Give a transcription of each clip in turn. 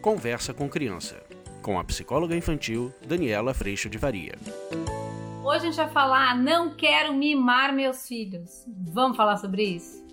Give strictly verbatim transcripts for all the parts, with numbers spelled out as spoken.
Conversa com Criança, com a psicóloga infantil Daniela Freixo de Varia. Hoje a gente vai falar, não quero mimar meus filhos. Vamos falar sobre isso?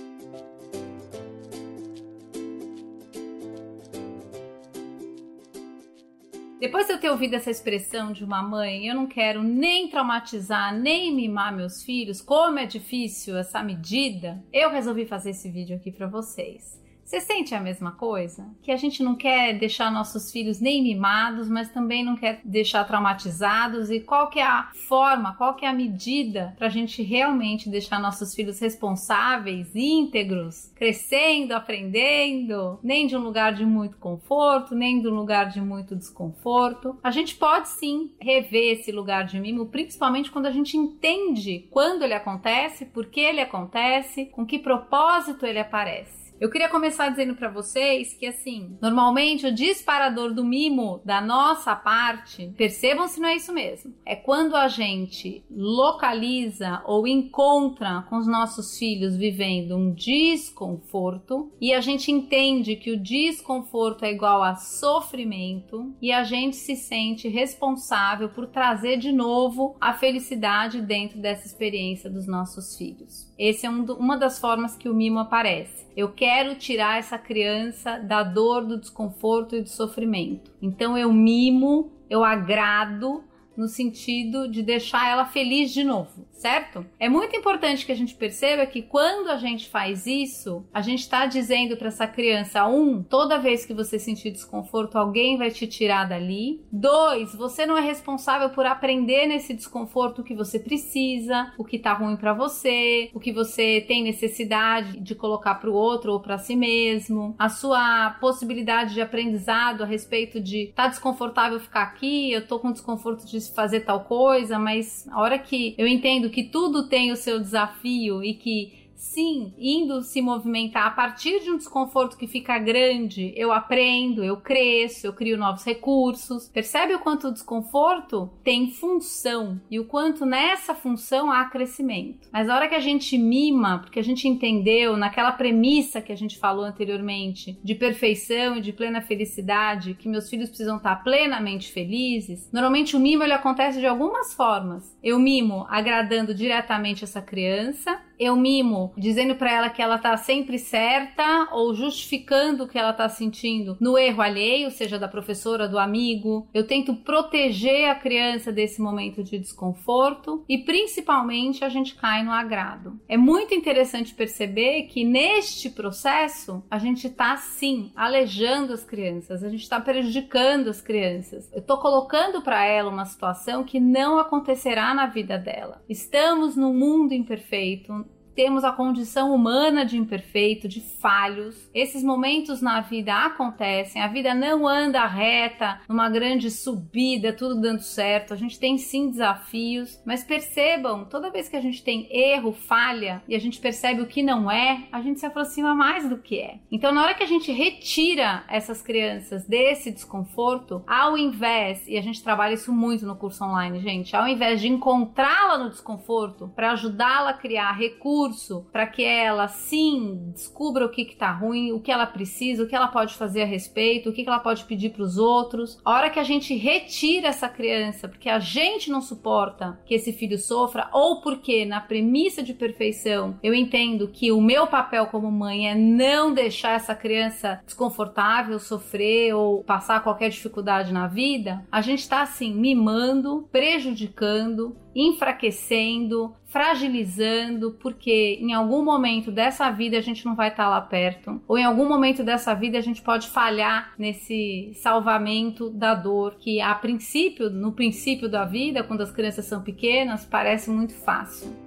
Depois de eu ter ouvido essa expressão de uma mãe, eu não quero nem traumatizar, nem mimar meus filhos, como é difícil essa medida, eu resolvi fazer esse vídeo aqui para vocês. Você sente a mesma coisa? Que a gente não quer deixar nossos filhos nem mimados, mas também não quer deixar traumatizados? E qual que é a forma, qual que é a medida para a gente realmente deixar nossos filhos responsáveis, íntegros, crescendo, aprendendo, nem de um lugar de muito conforto, nem de um lugar de muito desconforto? A gente pode sim rever esse lugar de mimo, principalmente quando a gente entende quando ele acontece, por que ele acontece, com que propósito ele aparece. Eu queria começar dizendo para vocês que, assim, normalmente o disparador do mimo da nossa parte, percebam se não é isso mesmo, é quando a gente localiza ou encontra com os nossos filhos vivendo um desconforto e a gente entende que o desconforto é igual a sofrimento e a gente se sente responsável por trazer de novo a felicidade dentro dessa experiência dos nossos filhos. Essa é um do, uma das formas que o mimo aparece. Eu quero tirar essa criança da dor, do desconforto e do sofrimento. Então eu mimo, eu agrado no sentido de deixar ela feliz de novo, certo? É muito importante que a gente perceba que quando a gente faz isso, a gente está dizendo para essa criança, um, toda vez que você sentir desconforto, alguém vai te tirar dali. Dois, você não é responsável por aprender nesse desconforto o que você precisa, o que tá ruim para você, o que você tem necessidade de colocar para o outro ou para si mesmo, a sua possibilidade de aprendizado a respeito de tá desconfortável ficar aqui, eu tô com desconforto de fazer tal coisa, mas a hora que eu entendo que tudo tem o seu desafio e que sim, indo se movimentar a partir de um desconforto que fica grande, eu aprendo, eu cresço, eu crio novos recursos. Percebe o quanto o desconforto tem função e o quanto nessa função há crescimento. Mas a hora que a gente mima, porque a gente entendeu naquela premissa que a gente falou anteriormente, de perfeição e de plena felicidade, que meus filhos precisam estar plenamente felizes, normalmente o mimo ele acontece de algumas formas. Eu mimo agradando diretamente essa criança, eu mimo dizendo para ela que ela tá sempre certa ou justificando o que ela tá sentindo no erro alheio, seja da professora, do amigo. Eu tento proteger a criança desse momento de desconforto e principalmente a gente cai no agrado. É muito interessante perceber que neste processo a gente tá sim alejando as crianças, a gente tá prejudicando as crianças. Eu tô colocando para ela uma situação que não acontecerá na vida dela. Estamos num mundo imperfeito. Temos a condição humana de imperfeito, de falhos. Esses momentos na vida acontecem, a vida não anda reta, numa grande subida, tudo dando certo. A gente tem sim desafios, mas percebam, toda vez que a gente tem erro, falha, e a gente percebe o que não é, a gente se aproxima mais do que é. Então, na hora que a gente retira essas crianças desse desconforto, ao invés, e a gente trabalha isso muito no curso online, gente, ao invés de encontrá-la no desconforto, para ajudá-la a criar recursos, para que ela sim descubra o que está ruim, o que ela precisa, o que ela pode fazer a respeito, o que ela pode pedir para os outros. A hora que a gente retira essa criança, porque a gente não suporta que esse filho sofra, ou porque na premissa de perfeição eu entendo que o meu papel como mãe é não deixar essa criança desconfortável, sofrer ou passar qualquer dificuldade na vida, a gente está assim mimando, prejudicando, enfraquecendo, fragilizando, porque em algum momento dessa vida a gente não vai estar lá perto, ou em algum momento dessa vida a gente pode falhar nesse salvamento da dor, que a princípio, no princípio da vida, quando as crianças são pequenas, parece muito fácil.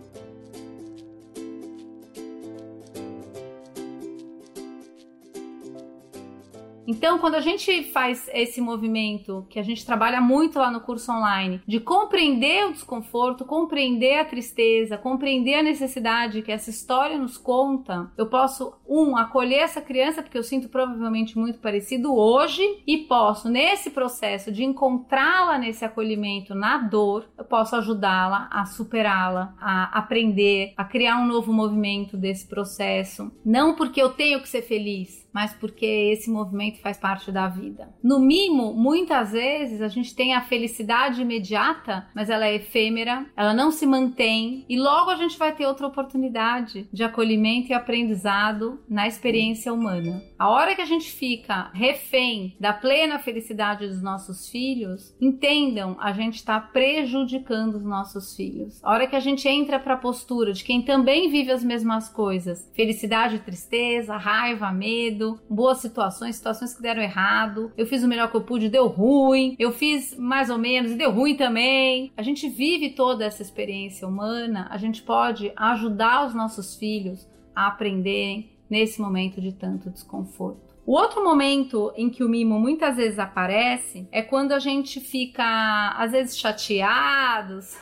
Então, quando a gente faz esse movimento, que a gente trabalha muito lá no curso online, de compreender o desconforto, compreender a tristeza, compreender a necessidade que essa história nos conta, eu posso, um, acolher essa criança, porque eu sinto provavelmente muito parecido hoje, e posso, nesse processo de encontrá-la nesse acolhimento, na dor, eu posso ajudá-la a superá-la, a aprender, a criar um novo movimento desse processo. Não porque eu tenho que ser feliz, mas porque esse movimento faz parte da vida. No mimo, muitas vezes a gente tem a felicidade imediata, mas ela é efêmera, ela não se mantém e logo a gente vai ter outra oportunidade de acolhimento e aprendizado na experiência humana. A hora que a gente fica refém da plena felicidade dos nossos filhos, entendam, a gente está prejudicando os nossos filhos. A hora que a gente entra para a postura de quem também vive as mesmas coisas, felicidade, tristeza, raiva, medo, boas situações, situações que deram errado, eu fiz o melhor que eu pude, deu ruim, eu fiz mais ou menos e deu ruim também. A gente vive toda essa experiência humana, a gente pode ajudar os nossos filhos a aprenderem nesse momento de tanto desconforto. O outro momento em que o mimo muitas vezes aparece é quando a gente fica, às vezes, chateados,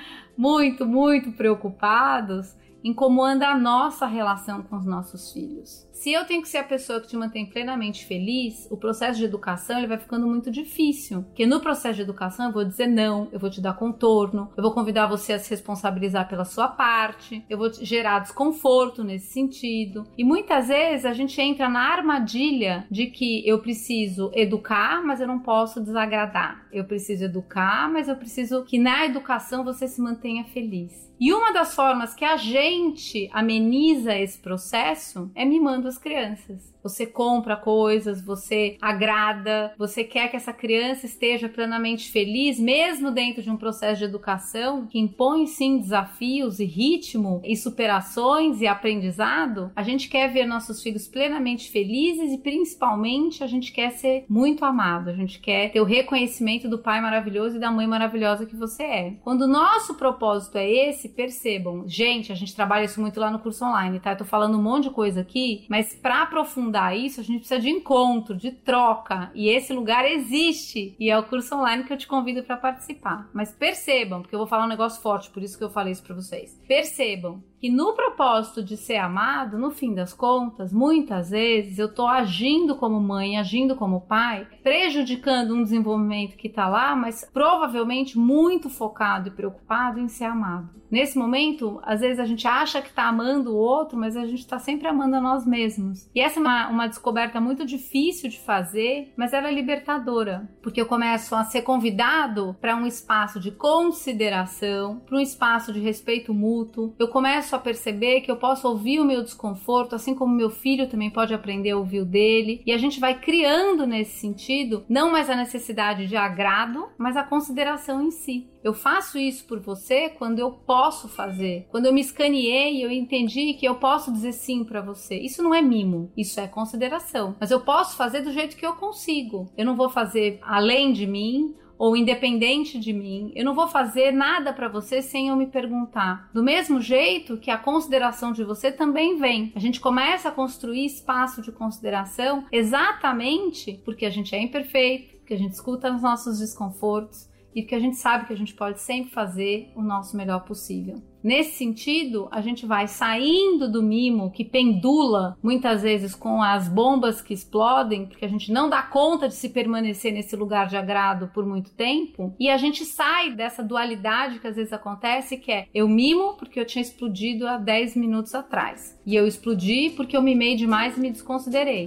muito, muito preocupados em como anda a nossa relação com os nossos filhos. Se eu tenho que ser a pessoa que te mantém plenamente feliz, o processo de educação ele vai ficando muito difícil. Porque no processo de educação eu vou dizer não, eu vou te dar contorno, eu vou convidar você a se responsabilizar pela sua parte, eu vou gerar desconforto nesse sentido. E muitas vezes a gente entra na armadilha de que eu preciso educar, mas eu não posso desagradar. Eu preciso educar, mas eu preciso que na educação você se mantenha feliz. E uma das formas que a gente ameniza esse processo é mimando as crianças. Você compra coisas, você agrada, você quer que essa criança esteja plenamente feliz, mesmo dentro de um processo de educação que impõe sim desafios e ritmo e superações e aprendizado. A gente quer ver nossos filhos plenamente felizes e principalmente a gente quer ser muito amado, a gente quer ter o reconhecimento do pai maravilhoso e da mãe maravilhosa que você é. Quando o nosso propósito é esse, percebam, gente, a gente trabalha isso muito lá no curso online, tá? Eu tô falando um monte de coisa aqui, mas para aprofundar isso, a gente precisa de encontro, de troca, e esse lugar existe, e é o curso online que eu te convido para participar. Mas percebam, porque eu vou falar um negócio forte, por isso que eu falei isso para vocês. Percebam que no propósito de ser amado, no fim das contas, muitas vezes eu tô agindo como mãe, agindo como pai, prejudicando um desenvolvimento que tá lá, mas provavelmente muito focado e preocupado em ser amado. Nesse momento, às vezes a gente acha que tá amando o outro, mas a gente tá sempre amando a nós mesmos. E essa é uma, uma descoberta muito difícil de fazer, mas ela é libertadora, porque eu começo a ser convidado para um espaço de consideração, para um espaço de respeito mútuo. Eu começo a perceber que eu posso ouvir o meu desconforto, assim como meu filho também pode aprender a ouvir o dele, e a gente vai criando nesse sentido, não mais a necessidade de agrado, mas a consideração em si. Eu faço isso por você quando eu posso fazer. Quando eu me escaneei, eu entendi que eu posso dizer sim para você. Isso não é mimo, isso é consideração. Mas eu posso fazer do jeito que eu consigo. Eu não vou fazer além de mim ou independente de mim. Eu não vou fazer nada para você sem eu me perguntar. Do mesmo jeito que a consideração de você também vem. A gente começa a construir espaço de consideração exatamente porque a gente é imperfeito, porque a gente escuta os nossos desconfortos, e porque a gente sabe que a gente pode sempre fazer o nosso melhor possível. Nesse sentido, a gente vai saindo do mimo que pendula muitas vezes com as bombas que explodem, porque a gente não dá conta de se permanecer nesse lugar de agrado por muito tempo, e a gente sai dessa dualidade que às vezes acontece, que é eu mimo porque eu tinha explodido há dez minutos atrás, e eu explodi porque eu mimei demais e me desconsiderei.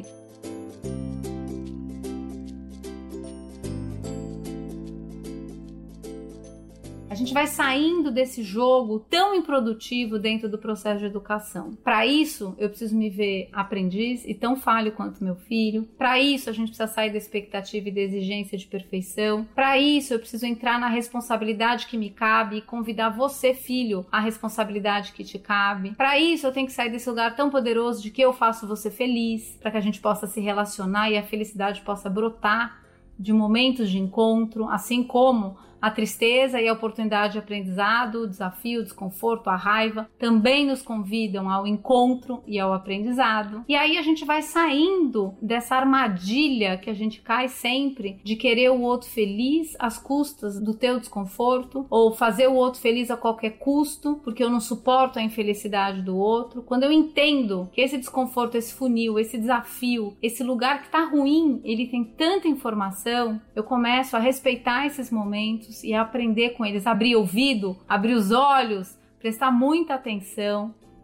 A gente vai saindo desse jogo tão improdutivo dentro do processo de educação. Para isso, eu preciso me ver aprendiz e tão falho quanto meu filho. Para isso, a gente precisa sair da expectativa e da exigência de perfeição. Para isso, eu preciso entrar na responsabilidade que me cabe e convidar você, filho, à responsabilidade que te cabe. Para isso, eu tenho que sair desse lugar tão poderoso de que eu faço você feliz, para que a gente possa se relacionar e a felicidade possa brotar de momentos de encontro, assim como a tristeza e a oportunidade de aprendizado, o desafio, o desconforto, a raiva também nos convidam ao encontro e ao aprendizado. E aí a gente vai saindo dessa armadilha que a gente cai sempre de querer o outro feliz às custas do teu desconforto, ou fazer o outro feliz a qualquer custo, porque eu não suporto a infelicidade do outro. Quando eu entendo que esse desconforto, esse funil, esse desafio, esse lugar que tá ruim, ele tem tanta informação, eu começo a respeitar esses momentos e a aprender com eles, abrir ouvido, abrir os olhos, prestar muita atenção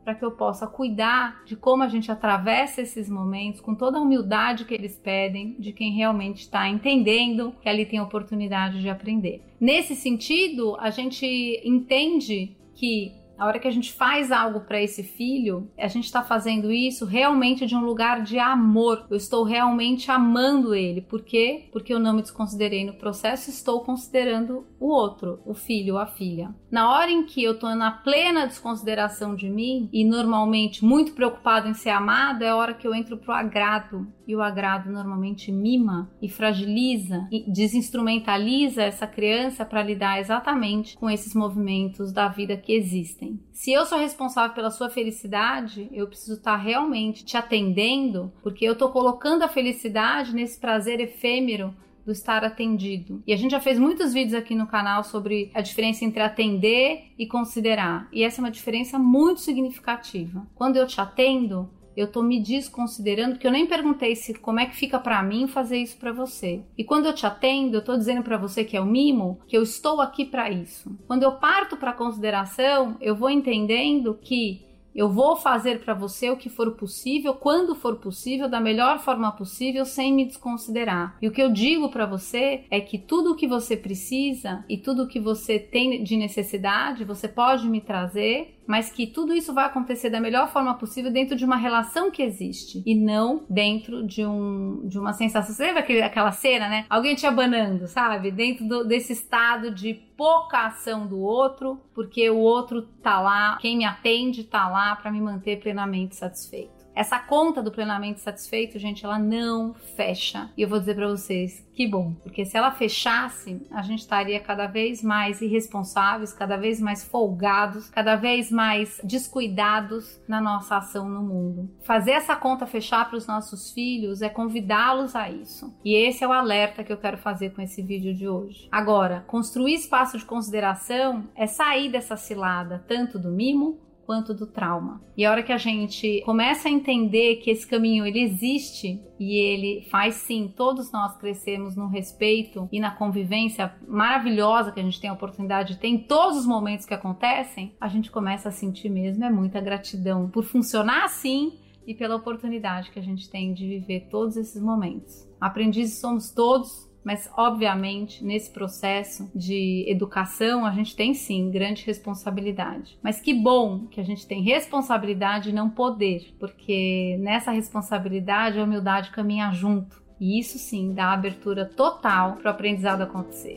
para que eu possa cuidar de como a gente atravessa esses momentos com toda a humildade que eles pedem, de quem realmente está entendendo que ali tem oportunidade de aprender. Nesse sentido, a gente entende que a hora que a gente faz algo para esse filho, a gente está fazendo isso realmente de um lugar de amor. Eu estou realmente amando ele. Por quê? Porque eu não me desconsiderei no processo, estou considerando o outro, o filho ou a filha. Na hora em que eu estou na plena desconsideração de mim e normalmente muito preocupado em ser amado, é a hora que eu entro pro agrado. E o agrado normalmente mima e fragiliza e desinstrumentaliza essa criança para lidar exatamente com esses movimentos da vida que existem. Se eu sou responsável pela sua felicidade, eu preciso estar realmente te atendendo, porque eu estou colocando a felicidade nesse prazer efêmero do estar atendido. E a gente já fez muitos vídeos aqui no canal sobre a diferença entre atender e considerar. E essa é uma diferença muito significativa. Quando eu te atendo, eu tô me desconsiderando, porque eu nem perguntei se como é que fica pra mim fazer isso pra você. E quando eu te atendo, eu tô dizendo pra você que é o mimo, que eu estou aqui pra isso. Quando eu parto pra consideração, eu vou entendendo que eu vou fazer para você o que for possível, quando for possível, da melhor forma possível, sem me desconsiderar. E o que eu digo para você é que tudo o que você precisa e tudo o que você tem de necessidade, você pode me trazer, mas que tudo isso vai acontecer da melhor forma possível dentro de uma relação que existe e não dentro de, um, de uma sensação. Você lembra aquele, aquela cena, né? Alguém te abanando, sabe? Dentro do, desse estado de pouca ação do outro, porque o outro tá lá, quem me atende tá lá para me manter plenamente satisfeito. Essa conta do plenamente satisfeito, gente, ela não fecha. E eu vou dizer para vocês, que bom. Porque se ela fechasse, a gente estaria cada vez mais irresponsáveis, cada vez mais folgados, cada vez mais descuidados na nossa ação no mundo. Fazer essa conta fechar para os nossos filhos é convidá-los a isso. E esse é o alerta que eu quero fazer com esse vídeo de hoje. Agora, construir espaço de consideração é sair dessa cilada, tanto do mimo quanto do trauma. E a hora que a gente começa a entender que esse caminho ele existe e ele faz sim, todos nós crescemos no respeito e na convivência maravilhosa que a gente tem a oportunidade de ter em todos os momentos que acontecem, a gente começa a sentir mesmo é muita gratidão por funcionar assim e pela oportunidade que a gente tem de viver todos esses momentos. Aprendizes somos todos, mas, obviamente, nesse processo de educação, a gente tem, sim, grande responsabilidade. Mas que bom que a gente tem responsabilidade e não poder, porque nessa responsabilidade a humildade caminha junto. E isso, sim, dá abertura total para o aprendizado acontecer.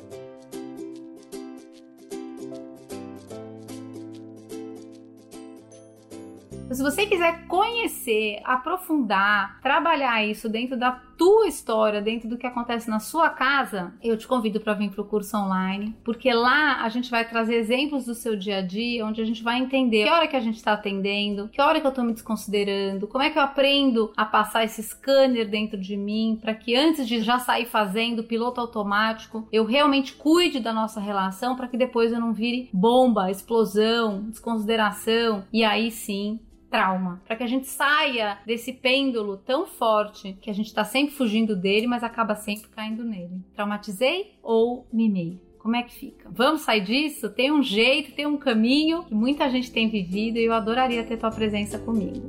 Se você quiser conhecer, aprofundar, trabalhar isso dentro da tua história, dentro do que acontece na sua casa, eu te convido para vir para o curso online, porque lá a gente vai trazer exemplos do seu dia a dia, onde a gente vai entender que hora que a gente está atendendo, que hora que eu estou me desconsiderando, como é que eu aprendo a passar esse scanner dentro de mim, para que antes de já sair fazendo piloto automático, eu realmente cuide da nossa relação, para que depois eu não vire bomba, explosão, desconsideração, e aí sim, trauma, para que a gente saia desse pêndulo tão forte que a gente está sempre fugindo dele, mas acaba sempre caindo nele. Traumatizei ou mimei? Como é que fica? Vamos sair disso? Tem um jeito, tem um caminho que muita gente tem vivido e eu adoraria ter tua presença comigo.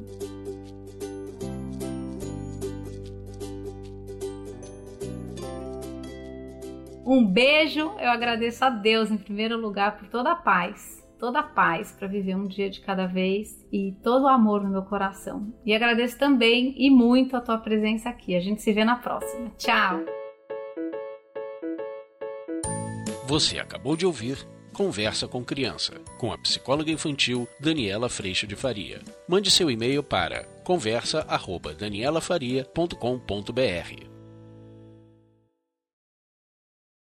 Um beijo, eu agradeço a Deus em primeiro lugar por toda a paz. Toda a paz para viver um dia de cada vez e todo o amor no meu coração. E agradeço também e muito a tua presença aqui. A gente se vê na próxima. Tchau! Você acabou de ouvir Conversa com Criança, com a psicóloga infantil Daniela Freixo de Faria. Mande seu e-mail para conversa arroba daniela faria ponto com ponto br.